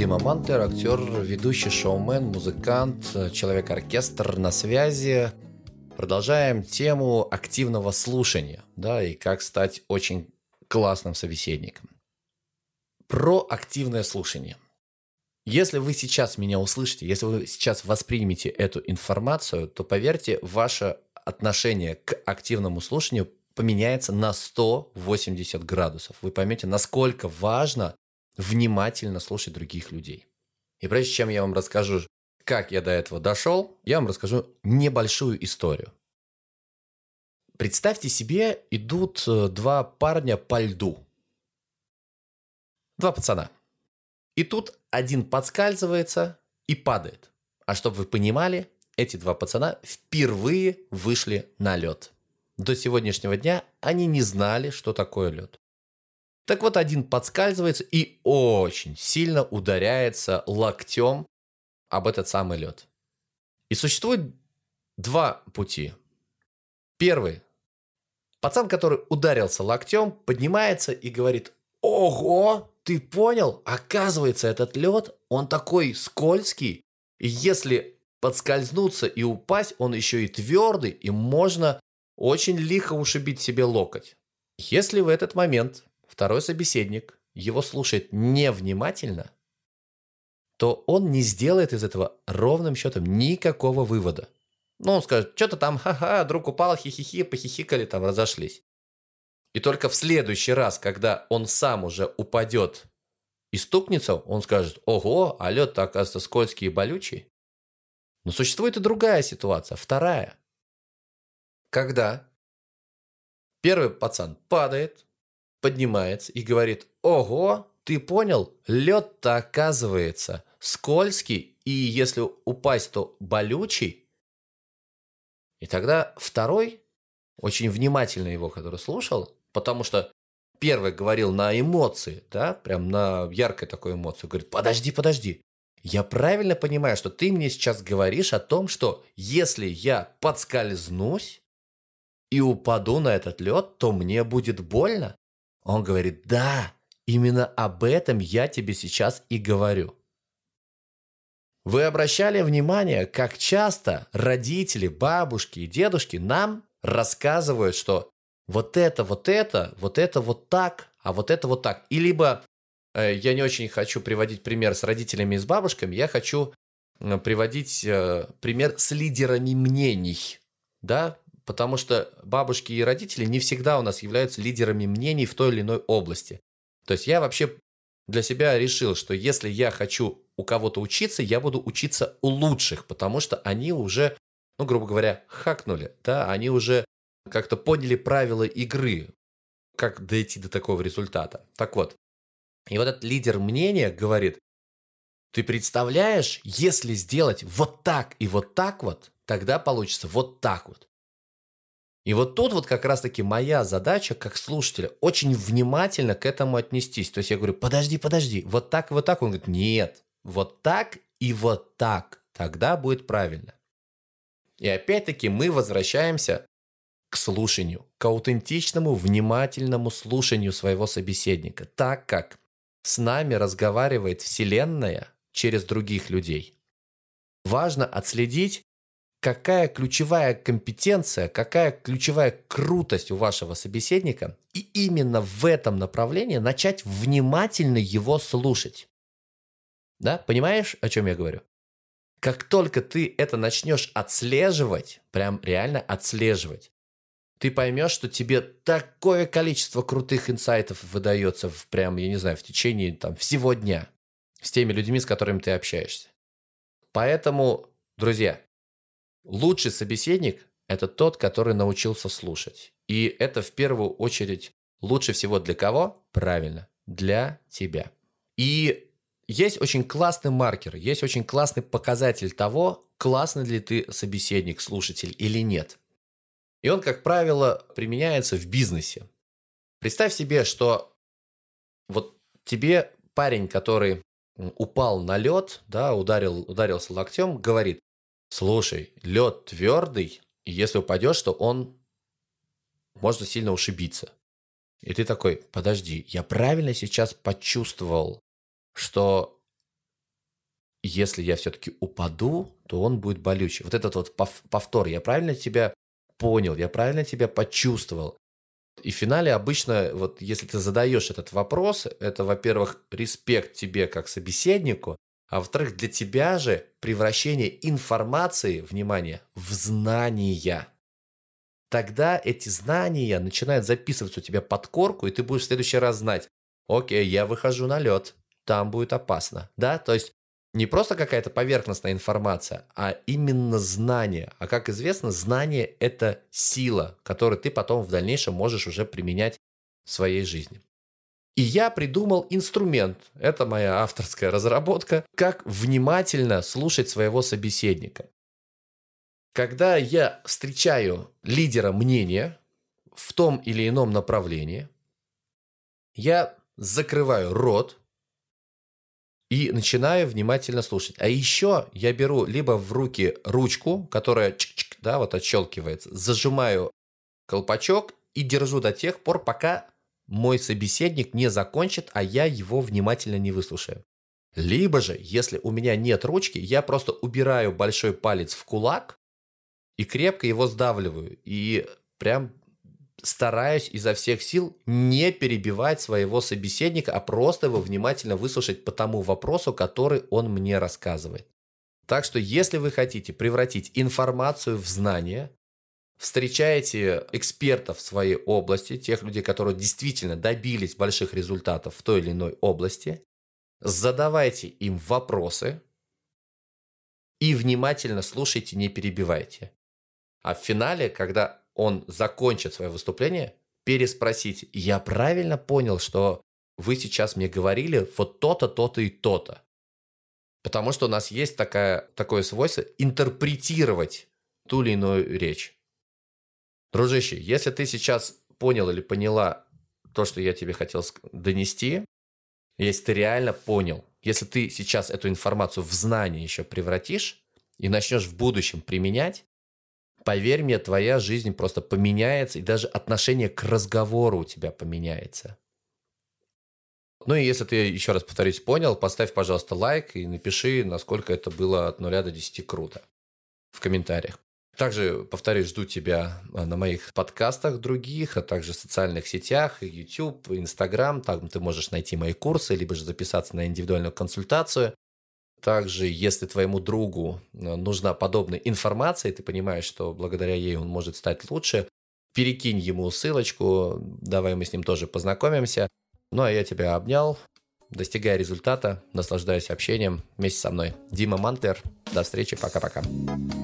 Дима Мантер, актер, ведущий, шоумен, музыкант, человек-оркестр на связи. Продолжаем тему активного слушания, да, и как стать очень классным собеседником. Про активное слушание. Если вы сейчас меня услышите, если вы сейчас воспримете эту информацию, то, поверьте, ваше отношение к активному слушанию поменяется на 180 градусов. Вы поймете, насколько важно внимательно слушать других людей. И прежде чем я вам расскажу, как я до этого дошел, я вам расскажу небольшую историю. Представьте себе, идут два парня по льду. Два пацана. И тут один подскальзывается и падает. А чтобы вы понимали, эти два пацана впервые вышли на лед. До сегодняшнего дня они не знали, что такое лед. Так вот, один подскальзывается и очень сильно ударяется локтем об этот самый лед. И существует два пути. Первый. Пацан, который ударился локтем, поднимается и говорит: «Ого, ты понял? Оказывается, этот лед, он такой скользкий. И если подскользнуться и упасть, он еще и твердый, и можно очень лихо ушибить себе локоть». Если в этот момент второй собеседник его слушает невнимательно, то он не сделает из этого ровным счетом никакого вывода. Он скажет: что-то там, ха-ха, друг упал, хи-хи-хи, похихикали, там разошлись. И только в следующий раз, когда он сам уже упадет и стукнется, он скажет: ого, а лед-то, оказывается, скользкий и болючий. Но существует и другая ситуация, вторая. Когда первый пацан падает, поднимается и говорит: ого, ты понял, лед-то, оказывается, скользкий, и если упасть, то болючий. И тогда второй, очень внимательно его, который слушал, потому что первый говорил на эмоции, да, прям на яркой такой эмоции, говорит: подожди, я правильно понимаю, что ты мне сейчас говоришь о том, что если я подскользнусь и упаду на этот лед, то мне будет больно? Он говорит: да, именно об этом я тебе сейчас и говорю. Вы обращали внимание, как часто родители, бабушки и дедушки нам рассказывают, что вот это вот так, а вот это вот так. И либо, я не очень хочу приводить пример с родителями и с бабушками, я хочу приводить пример с лидерами мнений, да, потому что бабушки и родители не всегда у нас являются лидерами мнений в той или иной области. То есть я вообще для себя решил, что если я хочу у кого-то учиться, я буду учиться у лучших, потому что они уже, грубо говоря, хакнули, да, они уже как-то поняли правила игры, как дойти до такого результата. Так вот, и вот этот лидер мнения говорит: ты представляешь, если сделать вот так и вот так вот, тогда получится вот так вот. И вот тут вот как раз-таки моя задача как слушателя очень внимательно к этому отнестись. То есть я говорю: подожди, вот так и вот так. Он говорит: нет, вот так и вот так, тогда будет правильно. И опять-таки мы возвращаемся к слушанию, к аутентичному, внимательному слушанию своего собеседника, так как с нами разговаривает Вселенная через других людей. Важно отследить, какая ключевая компетенция, какая ключевая крутость у вашего собеседника, и именно в этом направлении начать внимательно его слушать. Да, понимаешь, о чем я говорю? Как только ты это начнешь отслеживать, прям реально отслеживать, ты поймешь, что тебе такое количество крутых инсайтов выдается прям, я не знаю, в течение всего дня с теми людьми, с которыми ты общаешься. Поэтому, друзья, лучший собеседник – это тот, который научился слушать. И это в первую очередь лучше всего для кого? Правильно, для тебя. И есть очень классный маркер, есть очень классный показатель того, классный ли ты собеседник, слушатель или нет. И он, как правило, применяется в бизнесе. Представь себе, что вот тебе парень, который упал на лед, да, ударился локтем, говорит: слушай, лед твердый, и если упадешь, то он можно сильно ушибиться. И ты такой: подожди, я правильно сейчас почувствовал, что если я все-таки упаду, то он будет болючий. Вот этот вот повтор, я правильно тебя понял, я правильно тебя почувствовал. И в финале обычно, вот если ты задаешь этот вопрос, это, во-первых, респект тебе как собеседнику, а во-вторых, для тебя же превращение информации, внимание, в знания. Тогда эти знания начинают записываться у тебя под корку, и ты будешь в следующий раз знать, окей, я выхожу на лед, там будет опасно. Да, то есть не просто какая-то поверхностная информация, а именно знание. А как известно, знание – это сила, которую ты потом в дальнейшем можешь уже применять в своей жизни. И я придумал инструмент, это моя авторская разработка, как внимательно слушать своего собеседника. Когда я встречаю лидера мнения в том или ином направлении, я закрываю рот и начинаю внимательно слушать. А еще я беру либо в руки ручку, которая чик-чик, да, вот отщелкивается, зажимаю колпачок и держу до тех пор, пока мой собеседник не закончит, а я его внимательно не выслушаю. Либо же, если у меня нет ручки, я просто убираю большой палец в кулак и крепко его сдавливаю. И прям стараюсь изо всех сил не перебивать своего собеседника, а просто его внимательно выслушать по тому вопросу, который он мне рассказывает. Так что, если вы хотите превратить информацию в знания, встречаете экспертов в своей области, тех людей, которые действительно добились больших результатов в той или иной области, задавайте им вопросы и внимательно слушайте, не перебивайте. А в финале, когда он закончит свое выступление, переспросите: я правильно понял, что вы сейчас мне говорили вот то-то, то-то и то-то? Потому что у нас есть такое свойство интерпретировать ту или иную речь. Дружище, если ты сейчас понял или поняла то, что я тебе хотел донести, если ты реально понял, если ты сейчас эту информацию в знание еще превратишь и начнешь в будущем применять, поверь мне, твоя жизнь просто поменяется, и даже отношение к разговору у тебя поменяется. Ну и если ты, еще раз повторюсь, понял, поставь, пожалуйста, лайк и напиши, насколько это было от 0 до 10 круто в комментариях. Также, повторюсь, жду тебя на моих подкастах других, а также в социальных сетях, YouTube, Instagram. Там ты можешь найти мои курсы, либо же записаться на индивидуальную консультацию. Также, если твоему другу нужна подобная информация, и ты понимаешь, что благодаря ей он может стать лучше, перекинь ему ссылочку, давай мы с ним тоже познакомимся. Ну, а я тебя обнял, достигай результата, наслаждайся общением вместе со мной. Дима Мантлер, до встречи, пока-пока.